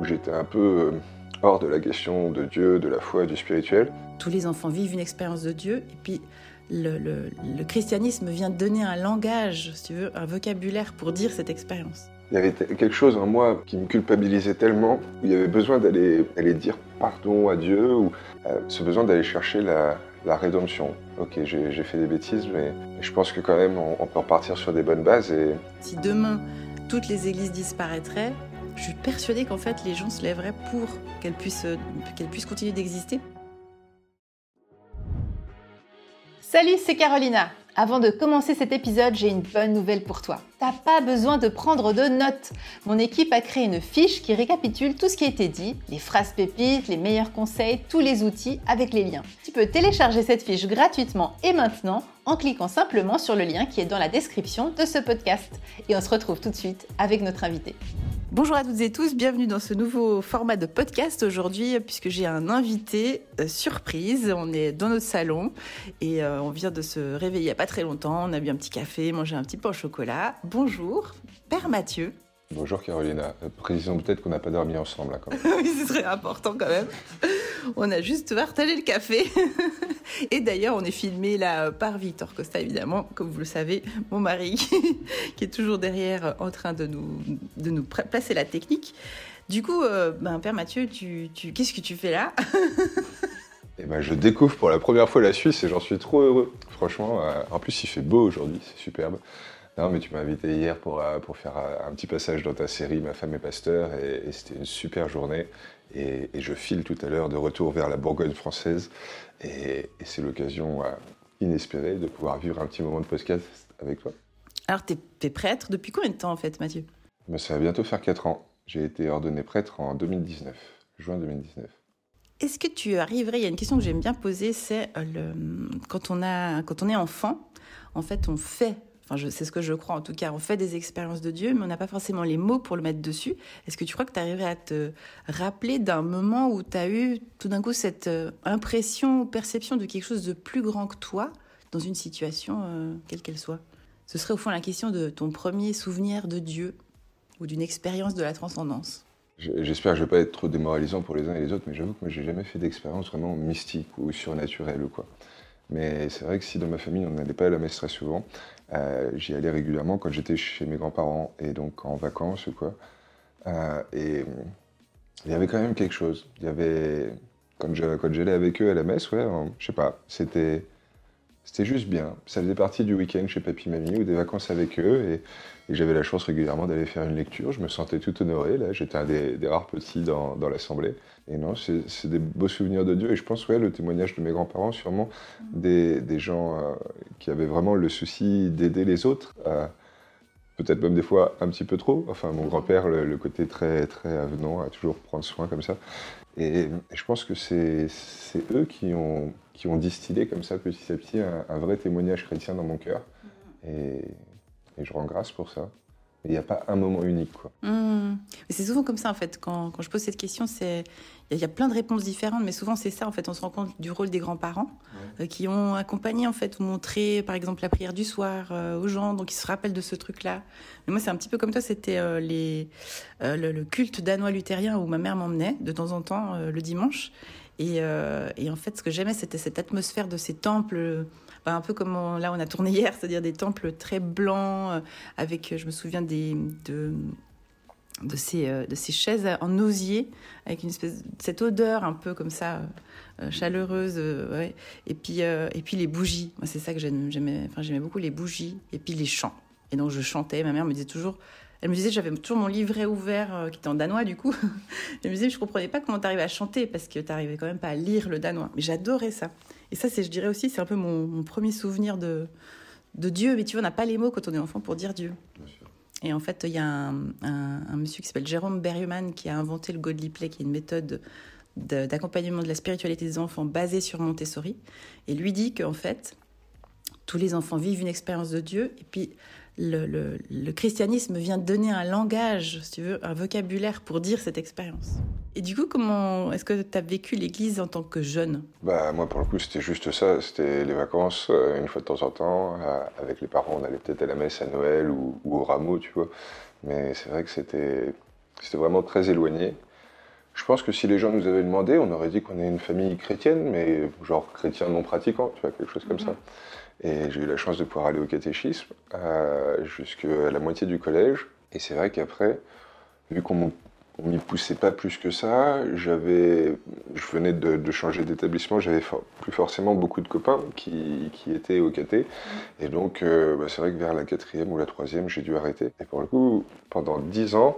où j'étais un peu hors de la question de Dieu, de la foi, du spirituel. Tous les enfants vivent une expérience de Dieu, et puis le christianisme vient donner un langage, si tu veux, un vocabulaire pour dire cette expérience. Il y avait quelque chose en moi qui me culpabilisait tellement, où il y avait besoin d'aller dire pardon à Dieu, ou ce besoin d'aller chercher la rédemption. Ok, j'ai fait des bêtises, mais je pense que quand même on peut repartir sur des bonnes bases. Et si demain toutes les églises disparaîtraient, je suis persuadée qu'en fait les gens se lèveraient pour qu'elles puissent continuer d'exister. Salut, c'est Carolina. Avant de commencer cet épisode, j'ai une bonne nouvelle pour toi. T'as pas besoin de prendre de notes. Mon équipe a créé une fiche qui récapitule tout ce qui a été dit, les phrases pépites, les meilleurs conseils, tous les outils avec les liens. Tu peux télécharger cette fiche gratuitement et maintenant en cliquant simplement sur le lien qui est dans la description de ce podcast. Et on se retrouve tout de suite avec notre invité. Bonjour à toutes et tous, bienvenue dans ce nouveau format de podcast aujourd'hui puisque j'ai un invité surprise. On est dans notre salon et on vient de se réveiller il n'y a pas très longtemps. On a bu un petit café, mangé un petit pain au chocolat. Bonjour, Père Mathieu. Bonjour Carolina, précisons peut-être qu'on n'a pas dormi ensemble là quand même. Oui, ce serait important quand même. On a juste partagé le café. Et d'ailleurs, on est filmé là par Victor Costa, évidemment, comme vous le savez, mon mari, qui est toujours derrière en train de nous placer la technique. Du coup, Père Mathieu, qu'est-ce que tu fais là? Je découvre pour la première fois la Suisse et j'en suis trop heureux. Franchement, en plus il fait beau aujourd'hui, c'est superbe. Non, mais tu m'as invité hier pour faire un petit passage dans ta série Ma femme est pasteur et c'était une super journée. Et je file tout à l'heure de retour vers la Bourgogne française et c'est l'occasion inespérée de pouvoir vivre un petit moment de podcast avec toi. Alors, t'es prêtre depuis combien de temps en fait, Mathieu? Ça va bientôt faire 4 ans. J'ai été ordonné prêtre en 2019, juin 2019. Est-ce que tu arriverais, il y a une question que j'aime bien poser, c'est quand on est enfant, en fait on fait, c'est ce que je crois en tout cas, on fait des expériences de Dieu, mais on n'a pas forcément les mots pour le mettre dessus. Est-ce que tu crois que tu arriverais à te rappeler d'un moment où tu as eu tout d'un coup cette impression ou perception de quelque chose de plus grand que toi dans une situation, quelle qu'elle soit? Ce serait au fond la question de ton premier souvenir de Dieu ou d'une expérience de la transcendance. J'espère que je ne vais pas être trop démoralisant pour les uns et les autres, mais j'avoue que moi, j'ai jamais fait d'expérience vraiment mystique ou surnaturelle ou quoi. Mais c'est vrai que si dans ma famille, on n'allait pas à la messe très souvent, j'y allais régulièrement quand j'étais chez mes grands-parents et donc en vacances ou quoi. Et il y avait quand même quelque chose. Il y avait, quand j'allais avec eux à la messe, je sais pas, c'était juste bien. Ça faisait partie du week-end chez papy-mamie ou des vacances avec eux et j'avais la chance régulièrement d'aller faire une lecture. Je me sentais tout honoré, là. J'étais un des rares petits dans l'assemblée. Et non, c'est des beaux souvenirs de Dieu. Et je pense, le témoignage de mes grands-parents, sûrement des gens qui avaient vraiment le souci d'aider les autres. Peut-être même des fois un petit peu trop. Enfin, mon grand-père, le côté très, très avenant, à toujours prendre soin comme ça. Et je pense que c'est eux qui ont distillé comme ça, petit à petit, un vrai témoignage chrétien dans mon cœur. Et je rends grâce pour ça. Mais il n'y a pas un moment unique, quoi. Mais c'est souvent comme ça, en fait. Quand je pose cette question, il y a plein de réponses différentes, mais souvent c'est ça, en fait. On se rend compte du rôle des grands-parents qui ont accompagné, en fait, ou montré, par exemple, la prière du soir aux gens, donc ils se rappellent de ce truc-là. Mais moi, c'est un petit peu comme toi, c'était le culte danois luthérien où ma mère m'emmenait de temps en temps le dimanche. Et en fait, ce que j'aimais, c'était cette atmosphère de ces temples, un peu comme on a tourné hier, c'est-à-dire des temples très blancs, avec, je me souviens, de ces chaises en osier, avec cette odeur un peu comme ça, chaleureuse, ouais. Et puis les bougies. Moi, c'est ça que j'aimais beaucoup, les bougies, et puis les chants. Et donc, je chantais. Ma mère me disait toujours... Elle me disait, j'avais toujours mon livret ouvert, qui était en danois du coup. Elle me disait, je comprenais pas comment t'arrivais à chanter, parce que t'arrivais quand même pas à lire le danois. Mais j'adorais ça. Et ça, je dirais aussi, c'est un peu mon premier souvenir de Dieu. Mais tu vois, on n'a pas les mots quand on est enfant pour dire Dieu. Bien sûr. Et en fait, il y a un monsieur qui s'appelle Jérôme Bergman qui a inventé le Godly Play, qui est une méthode d'accompagnement de la spiritualité des enfants basée sur Montessori. Et lui dit qu'en fait, tous les enfants vivent une expérience de Dieu. Et puis, le christianisme vient donner un langage, si tu veux, un vocabulaire pour dire cette expérience. Et du coup, comment est-ce que tu as vécu l'Église en tant que jeune ? Moi, pour le coup, c'était juste ça. C'était les vacances, une fois de temps en temps. Avec les parents, on allait peut-être à la messe à Noël ou au rameau, tu vois. Mais c'est vrai que c'était vraiment très éloigné. Je pense que si les gens nous avaient demandé, on aurait dit qu'on est une famille chrétienne, mais genre chrétien non pratiquant, tu vois, quelque chose comme ça. Et j'ai eu la chance de pouvoir aller au catéchisme jusqu'à la moitié du collège. Et c'est vrai qu'après, vu qu'on m'y poussait pas plus que ça, je venais de changer d'établissement, j'avais plus forcément beaucoup de copains qui étaient au caté. Et donc, c'est vrai que vers la 4e ou la 3e, j'ai dû arrêter. Et pour le coup, pendant 10 ans,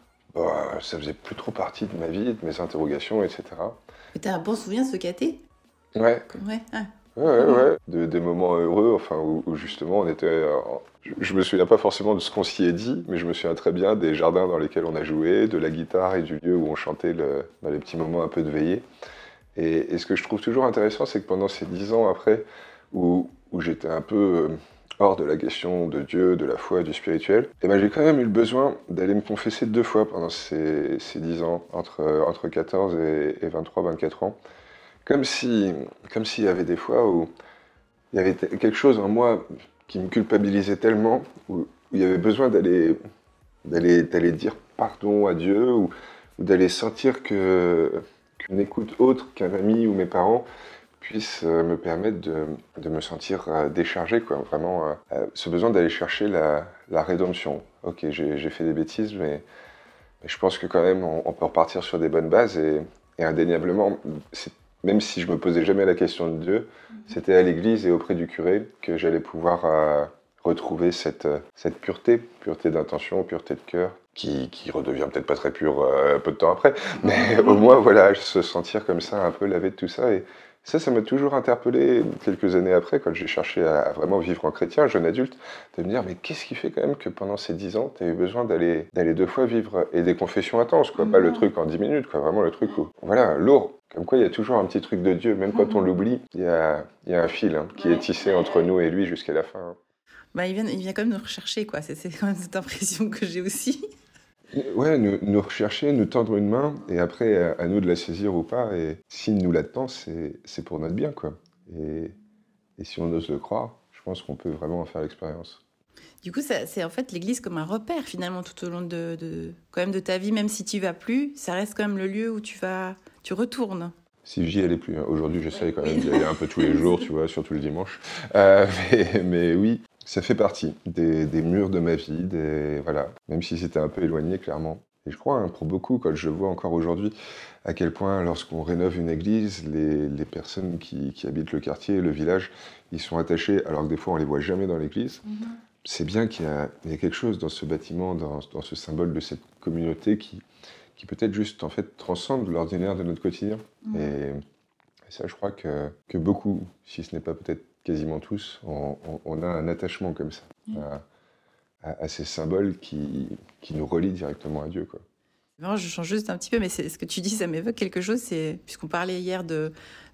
ça faisait plus trop partie de ma vie, de mes interrogations, etc. Mais t'as un bon souvenir de ce caté ? Ouais. Ouais. Ah. Ouais. Des moments heureux, enfin, où justement on était. Je me souviens pas forcément de ce qu'on s'y est dit, mais je me souviens très bien des jardins dans lesquels on a joué, de la guitare et du lieu où on chantait dans les petits moments un peu de veillée. Et ce que je trouve toujours intéressant, c'est que pendant ces 10 ans après, où j'étais un peu hors de la question de Dieu, de la foi, du spirituel, et ben j'ai quand même eu le besoin d'aller me confesser 2 fois pendant ces 10 ans, entre 14 et 23, 24 ans. Comme s'il y avait des fois où il y avait quelque chose en moi qui me culpabilisait tellement, où il y avait besoin d'aller dire pardon à Dieu, ou d'aller sentir qu'une écoute autre qu'un ami ou mes parents puisse me permettre de me sentir déchargé, quoi. Vraiment, ce besoin d'aller chercher la rédemption. Ok, j'ai fait des bêtises, mais je pense que quand même on peut repartir sur des bonnes bases, et indéniablement, même si je me posais jamais la question de Dieu, c'était à l'église et auprès du curé que j'allais pouvoir retrouver cette pureté d'intention, pureté de cœur, qui redevient peut-être pas très pure peu de temps après, mais au moins voilà, se sentir comme ça, un peu lavé de tout ça. Et ça m'a toujours interpellé quelques années après, quand j'ai cherché à vraiment vivre en chrétien, jeune adulte, de me dire, mais qu'est-ce qui fait quand même que pendant ces 10 ans, tu as eu besoin d'aller 2 fois vivre, et des confessions intenses, quoi, pas le truc en 10 minutes, quoi, vraiment le truc où, voilà, lourd. Comme quoi, il y a toujours un petit truc de Dieu, même quand on l'oublie, il y a un fil qui est tissé entre nous et lui jusqu'à la fin. Il vient quand même nous rechercher, quoi. C'est quand même cette impression que j'ai aussi. Ouais, nous rechercher, nous tendre une main, et après, à nous de la saisir ou pas. Et s'il nous la tend, c'est pour notre bien, quoi. Et si on ose le croire, je pense qu'on peut vraiment en faire l'expérience. Du coup, c'est en fait l'Église comme un repère, finalement, tout au long quand même de ta vie. Même si tu y vas plus, ça reste quand même le lieu où tu retournes. Si j'y allais plus, hein. Aujourd'hui, j'essaye quand même d'y aller un peu tous les jours, tu vois, surtout le dimanche. Mais oui, ça fait partie des murs de ma vie, voilà. Même si c'était un peu éloigné, clairement. Et je crois, pour beaucoup, quand je vois encore aujourd'hui à quel point, lorsqu'on rénove une église, les personnes qui habitent le quartier, le village, ils sont attachés, alors que des fois, on les voit jamais dans l'église. C'est bien qu'il y a quelque chose dans ce bâtiment, dans ce symbole de cette communauté qui peut-être juste, en fait, transcende l'ordinaire de notre quotidien. Et ça, je crois que beaucoup, si ce n'est pas peut-être quasiment tous, on a un attachement comme ça à ces symboles qui nous relient directement à Dieu, quoi. Non, je change juste un petit peu, mais ce que tu dis, ça m'évoque quelque chose. Puisqu'on parlait hier du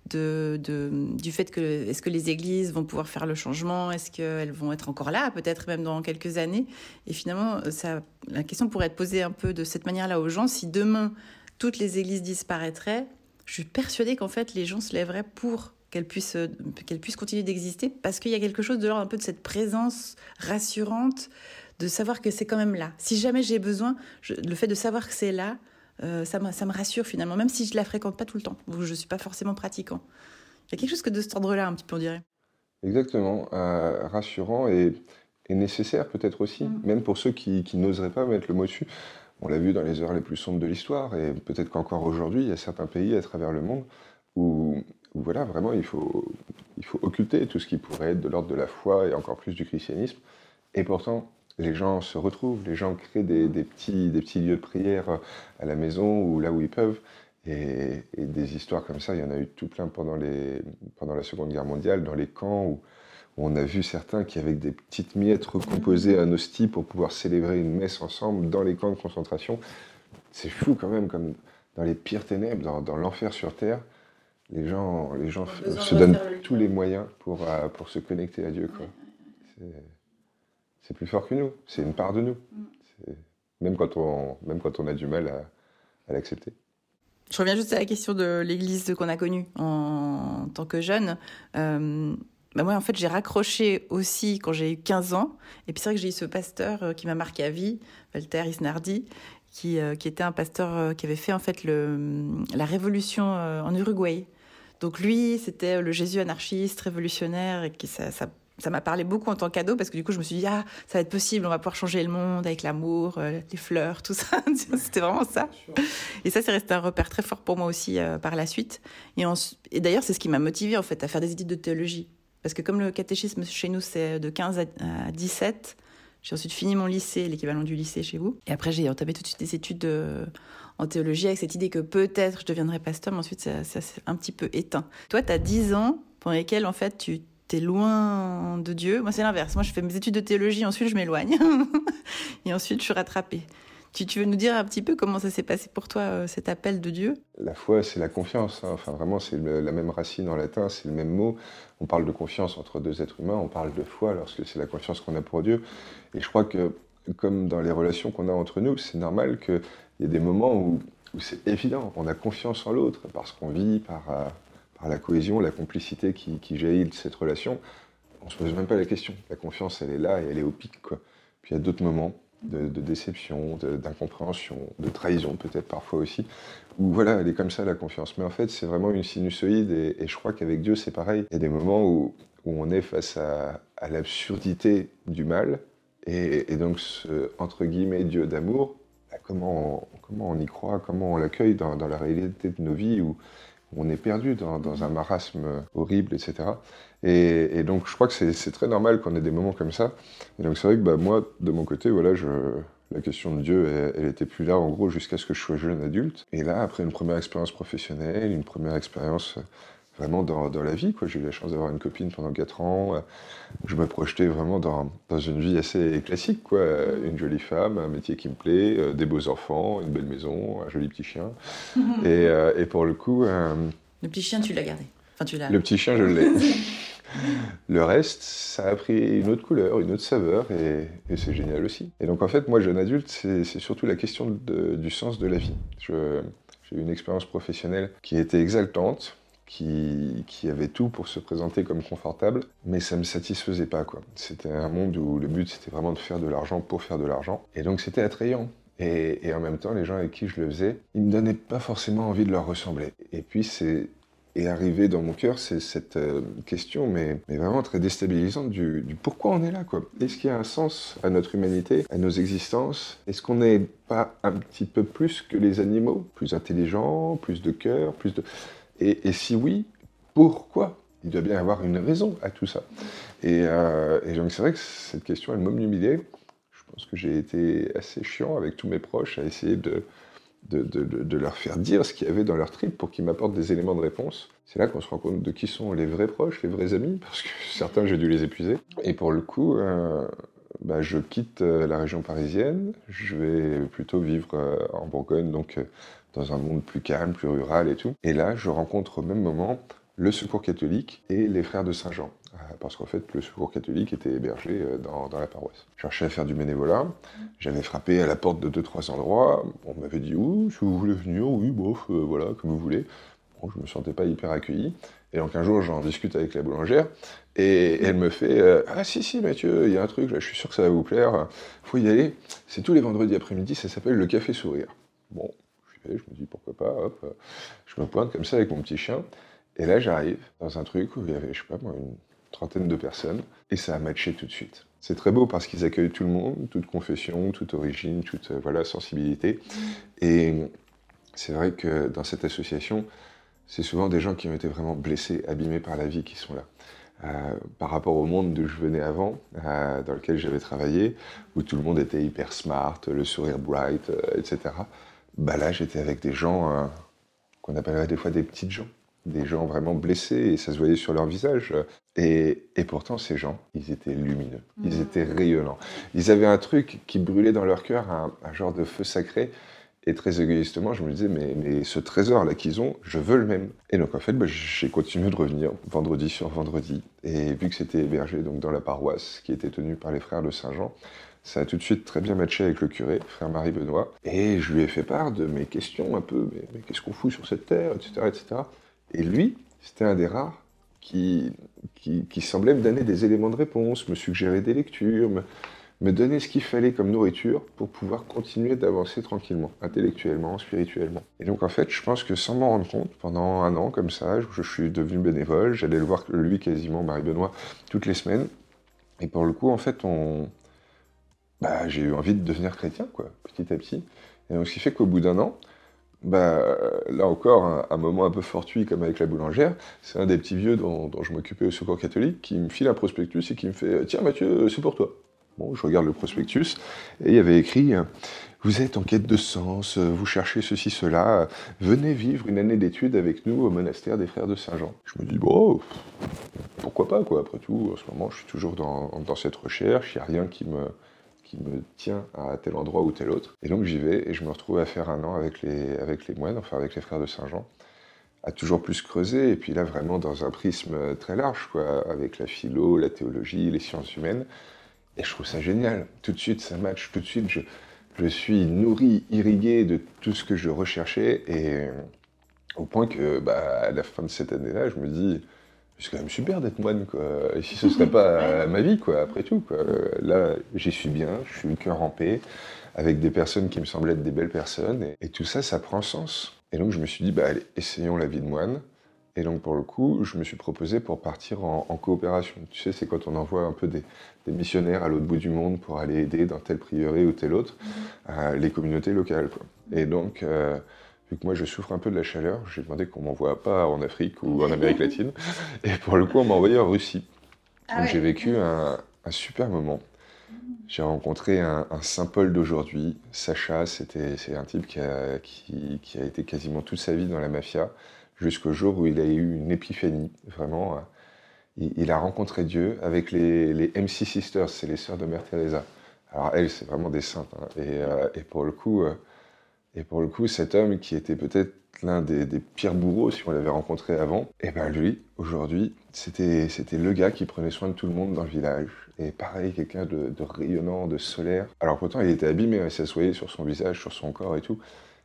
fait que est-ce que les églises vont pouvoir faire le changement, est-ce qu'elles vont être encore là, peut-être même dans quelques années. Et finalement, la question pourrait être posée un peu de cette manière-là aux gens. Si demain, toutes les églises disparaîtraient, je suis persuadée qu'en fait, les gens se lèveraient pour qu'elles puissent continuer d'exister, parce qu'il y a quelque chose de l'ordre un peu de cette présence rassurante, de savoir que c'est quand même là. Si jamais j'ai besoin, le fait de savoir que c'est là, ça me rassure finalement, même si je ne la fréquente pas tout le temps, ou je ne suis pas forcément pratiquant. Il y a quelque chose que de cet ordre-là, un petit peu, on dirait. Exactement, rassurant et nécessaire peut-être aussi, même pour ceux qui n'oseraient pas mettre le mot dessus. On l'a vu dans les heures les plus sombres de l'histoire, et peut-être qu'encore aujourd'hui, il y a certains pays à travers le monde où voilà, vraiment, il faut occulter tout ce qui pourrait être de l'ordre de la foi et encore plus du christianisme. Et pourtant, les gens se retrouvent, les gens créent des petits lieux de prière à la maison ou là où ils peuvent. Et des histoires comme ça, il y en a eu tout plein pendant la Seconde Guerre mondiale, dans les camps, où on a vu certains qui, avec des petites miettes, recomposaient un hostie pour pouvoir célébrer une messe ensemble dans les camps de concentration. C'est fou quand même, comme dans les pires ténèbres, dans l'enfer sur Terre, les gens se donnent tous les moyens pour se connecter à Dieu, quoi. C'est plus fort que nous, c'est une part de nous. Même quand on a du mal à l'accepter. Je reviens juste à la question de l'église qu'on a connue en tant que jeune. Moi, en fait, j'ai raccroché aussi quand j'ai eu 15 ans. Et puis c'est vrai que j'ai eu ce pasteur qui m'a marqué à vie, Walter Isnardi, qui était un pasteur qui avait fait en fait la révolution en Uruguay. Donc lui, c'était le Jésus anarchiste, révolutionnaire, et ça m'a parlé beaucoup en tant qu'ado, parce que du coup, je me suis dit, ça va être possible, on va pouvoir changer le monde avec l'amour, les fleurs, tout ça. C'était vraiment ça. Et ça, c'est resté un repère très fort pour moi aussi par la suite. Et d'ailleurs, c'est ce qui m'a motivée en fait, à faire des études de théologie. Parce que comme le catéchisme chez nous, c'est de 15 à 17, j'ai ensuite fini mon lycée, l'équivalent du lycée chez vous. Et après, j'ai entamé tout de suite des études en théologie avec cette idée que peut-être je deviendrais pasteur, mais ensuite, ça s'est un petit peu éteint. Toi, tu as 10 ans pendant lesquels, en fait, tu t'es loin de Dieu. Moi, c'est l'inverse. Moi, je fais mes études de théologie, ensuite, je m'éloigne. Et ensuite, je suis rattrapée. Tu veux nous dire un petit peu comment ça s'est passé pour toi, cet appel de Dieu ? La foi, c'est la confiance. Enfin, vraiment, c'est la même racine en latin, c'est le même mot. On parle de confiance entre deux êtres humains, on parle de foi lorsque c'est la confiance qu'on a pour Dieu. Et je crois que, comme dans les relations qu'on a entre nous, c'est normal qu'il y ait des moments où c'est évident. On a confiance en l'autre parce qu'on vit par la cohésion, la complicité qui jaillit de cette relation. On ne se pose même pas la question. La confiance, elle est là et elle est au pic, quoi. Puis il y a d'autres moments de déception, d'incompréhension, de trahison peut-être parfois aussi, où voilà, elle est comme ça la confiance. Mais en fait, c'est vraiment une sinusoïde et je crois qu'avec Dieu, c'est pareil. Il y a des moments où on est face à l'absurdité du mal et donc ce, entre guillemets, Dieu d'amour, comment on y croit, comment on l'accueille dans la réalité de nos vies où on est perdu dans un marasme horrible, etc. Et donc, je crois que c'est très normal qu'on ait des moments comme ça. Et donc, c'est vrai que moi, de mon côté, voilà, la question de Dieu, elle était plus là, en gros, jusqu'à ce que je sois jeune adulte. Et là, après une première expérience professionnelle, une première expérience vraiment dans la vie, quoi. J'ai eu la chance d'avoir une copine pendant 4 ans. Je me projetais vraiment dans une vie assez classique, quoi. Une jolie femme, un métier qui me plaît, des beaux enfants, une belle maison, un joli petit chien. Et pour le coup... Le petit chien, tu l'as gardé. Enfin, le petit chien, je l'ai. Le reste, ça a pris une autre couleur, une autre saveur, et c'est génial aussi. Et donc en fait, moi, jeune adulte, c'est surtout la question du sens de la vie. J'ai eu une expérience professionnelle qui était exaltante, qui avait tout pour se présenter comme confortable, mais ça me satisfaisait pas, quoi. C'était un monde où le but, c'était vraiment de faire de l'argent pour faire de l'argent. Et donc c'était attrayant. Et en même temps, les gens avec qui je le faisais, ils me donnaient pas forcément envie de leur ressembler. Et puis est arrivé dans mon cœur, c'est cette question, mais vraiment très déstabilisante du pourquoi on est là, quoi. Est-ce qu'il y a un sens à notre humanité, à nos existences ? Est-ce qu'on n'est pas un petit peu plus que les animaux ? Plus intelligents, plus de cœur, plus de... Et si oui, pourquoi ? Il doit bien y avoir une raison à tout ça. Et donc c'est vrai que cette question, elle m'obnubilait. Je pense que j'ai été assez chiant avec tous mes proches à essayer de leur faire dire ce qu'il y avait dans leur trip pour qu'ils m'apportent des éléments de réponse. C'est là qu'on se rend compte de qui sont les vrais proches, les vrais amis, parce que certains, j'ai dû les épuiser. Et pour le coup, je quitte la région parisienne, je vais plutôt vivre en Bourgogne, donc dans un monde plus calme, plus rural et tout. Et là, je rencontre au même moment le Secours catholique et les Frères de Saint-Jean. Parce qu'en fait, le Secours catholique était hébergé dans la paroisse. Je cherchais à faire du bénévolat, j'avais frappé à la porte de 2-3 endroits, on m'avait dit « Oui, si vous voulez venir, oui, bof, voilà, comme vous voulez ». Bon, je me sentais pas hyper accueilli. Et donc un jour, j'en discute avec la boulangère, et elle me fait « Ah si, Mathieu, il y a un truc, là, je suis sûr que ça va vous plaire, faut y aller, c'est tous les vendredis après-midi, ça s'appelle le Café Sourire ». Bon, je me dis pourquoi pas, hop, je me pointe comme ça avec mon petit chien, et là j'arrive dans un truc où il y avait, je sais pas moi, une trentaine de personnes, et ça a matché tout de suite. C'est très beau parce qu'ils accueillent tout le monde, toute confession, toute origine, toute sensibilité. Et c'est vrai que dans cette association, c'est souvent des gens qui ont été vraiment blessés, abîmés par la vie qui sont là. Par rapport au monde d'où je venais avant, dans lequel j'avais travaillé, où tout le monde était hyper smart, le sourire bright, etc. Là, j'étais avec des gens qu'on appellerait des fois des petites gens. Des gens vraiment blessés, et ça se voyait sur leur visage. Et pourtant, ces gens, ils étaient lumineux, ils étaient rayonnants. Ils avaient un truc qui brûlait dans leur cœur, un genre de feu sacré. Et très égoïstement, je me disais, mais ce trésor-là qu'ils ont, je veux le même. Et donc, en fait, j'ai continué de revenir vendredi sur vendredi. Et vu que c'était hébergé donc, dans la paroisse qui était tenue par les Frères de Saint-Jean, ça a tout de suite très bien matché avec le curé, frère Marie-Benoît. Et je lui ai fait part de mes questions un peu, mais qu'est-ce qu'on fout sur cette terre, etc., etc. Et lui, c'était un des rares qui semblait me donner des éléments de réponse, me suggérer des lectures, me donner ce qu'il fallait comme nourriture pour pouvoir continuer d'avancer tranquillement, intellectuellement, spirituellement. Et donc en fait, je pense que sans m'en rendre compte, pendant 1 an comme ça, je suis devenu bénévole, j'allais le voir lui quasiment, Marie-Benoît, toutes les semaines. Et pour le coup, en fait, j'ai eu envie de devenir chrétien, quoi, petit à petit. Et donc ce qui fait qu'au bout d'1 an, là encore, un moment un peu fortuit comme avec la boulangère, c'est un des petits vieux dont je m'occupais au Secours catholique qui me file un prospectus et qui me fait « Tiens Mathieu, c'est pour toi ». Bon, je regarde le prospectus et il y avait écrit « Vous êtes en quête de sens, vous cherchez ceci, cela, venez vivre une année d'études avec nous au monastère des Frères de Saint-Jean ». Je me dis « Bon, pourquoi pas, quoi. Après tout, en ce moment, je suis toujours dans cette recherche, il n'y a rien qui me tient à tel endroit ou tel autre. » Et donc j'y vais et je me retrouve à faire 1 an avec les moines, enfin avec les Frères de Saint-Jean, à toujours plus creuser, et puis là vraiment dans un prisme très large, quoi, avec la philo, la théologie, les sciences humaines. Et je trouve ça génial. Tout de suite, ça match. Tout de suite, je suis nourri, irrigué de tout ce que je recherchais. Et au point que, à la fin de cette année-là, je me dis, c'est quand même super d'être moine, quoi. Et si ce serait pas ma vie, quoi, après tout, quoi. Là, j'y suis bien, je suis le cœur en paix, avec des personnes qui me semblent être des belles personnes. Et tout ça, ça prend sens. Et donc, je me suis dit, allez, essayons la vie de moine. Et donc, pour le coup, je me suis proposé pour partir en coopération. Tu sais, c'est quand on envoie un peu des missionnaires à l'autre bout du monde pour aller aider dans tel prieuré ou tel autre, les communautés locales, quoi. Et donc, vu que moi, je souffre un peu de la chaleur, j'ai demandé qu'on m'envoie pas en Afrique ou en Amérique latine. Et pour le coup, on m'a envoyé en Russie. Donc, j'ai vécu un super moment. J'ai rencontré un Saint Paul d'aujourd'hui, Sacha. C'est un type qui a été quasiment toute sa vie dans la mafia, jusqu'au jour où il a eu une épiphanie, vraiment. Il a rencontré Dieu avec les MC Sisters, c'est les sœurs de Mère Teresa. Alors elles, c'est vraiment des saintes, hein. Et pour le coup, cet homme qui était peut-être l'un des pires bourreaux si on l'avait rencontré avant, et lui, aujourd'hui, c'était le gars qui prenait soin de tout le monde dans le village. Et pareil, quelqu'un de rayonnant, de solaire. Alors pourtant, il était abîmé, hein, ça se voyait sur son visage, sur son corps et tout.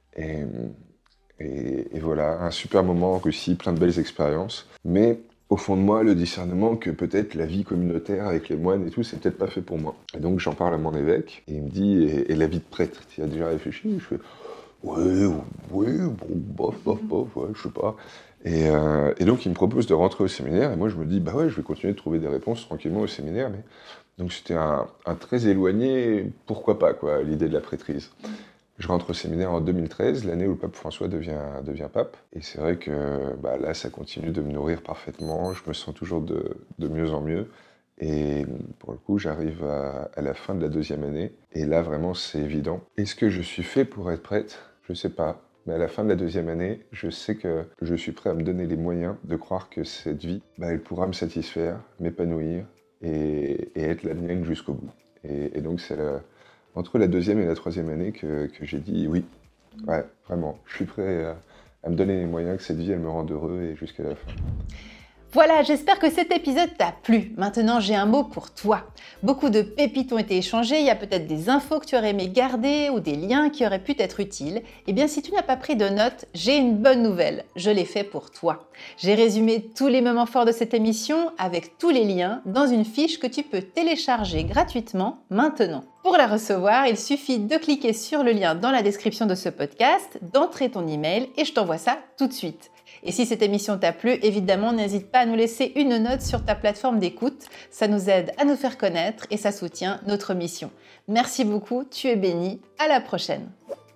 Et voilà, un super moment en Russie, plein de belles expériences. Mais au fond de moi, le discernement que peut-être la vie communautaire avec les moines et tout, c'est peut-être pas fait pour moi. Et donc j'en parle à mon évêque, et il me dit, et la vie de prêtre, tu y as déjà réfléchi? Je fais, ouais, bon, bof, ouais, je sais pas. Et donc il me propose de rentrer au séminaire, et moi je me dis, je vais continuer de trouver des réponses tranquillement au séminaire, mais... Donc c'était un très éloigné, pourquoi pas, quoi, l'idée de la prêtrise. Je rentre au séminaire en 2013, l'année où le pape François devient pape. Et c'est vrai que là, ça continue de me nourrir parfaitement. Je me sens toujours de mieux en mieux. Et pour le coup, j'arrive à la fin de la 2e année. Et là, vraiment, c'est évident. Est-ce que je suis fait pour être prêtre? Je sais pas. Mais à la fin de la 2e année, je sais que je suis prêt à me donner les moyens de croire que cette vie, elle pourra me satisfaire, m'épanouir et être la mienne jusqu'au bout. Et donc, c'est entre la 2e et la 3e année que j'ai dit oui, ouais, vraiment, je suis prêt à me donner les moyens que cette vie, elle me rende heureux et jusqu'à la fin. Voilà, j'espère que cet épisode t'a plu. Maintenant, j'ai un mot pour toi. Beaucoup de pépites ont été échangées, il y a peut-être des infos que tu aurais aimé garder ou des liens qui auraient pu t'être utiles. Eh bien, si tu n'as pas pris de notes, j'ai une bonne nouvelle. Je l'ai fait pour toi. J'ai résumé tous les moments forts de cette émission avec tous les liens dans une fiche que tu peux télécharger gratuitement maintenant. Pour la recevoir, il suffit de cliquer sur le lien dans la description de ce podcast, d'entrer ton email et je t'envoie ça tout de suite. Et si cette émission t'a plu, évidemment, n'hésite pas à nous laisser une note sur ta plateforme d'écoute. Ça nous aide à nous faire connaître et ça soutient notre mission. Merci beaucoup, tu es béni. À la prochaine.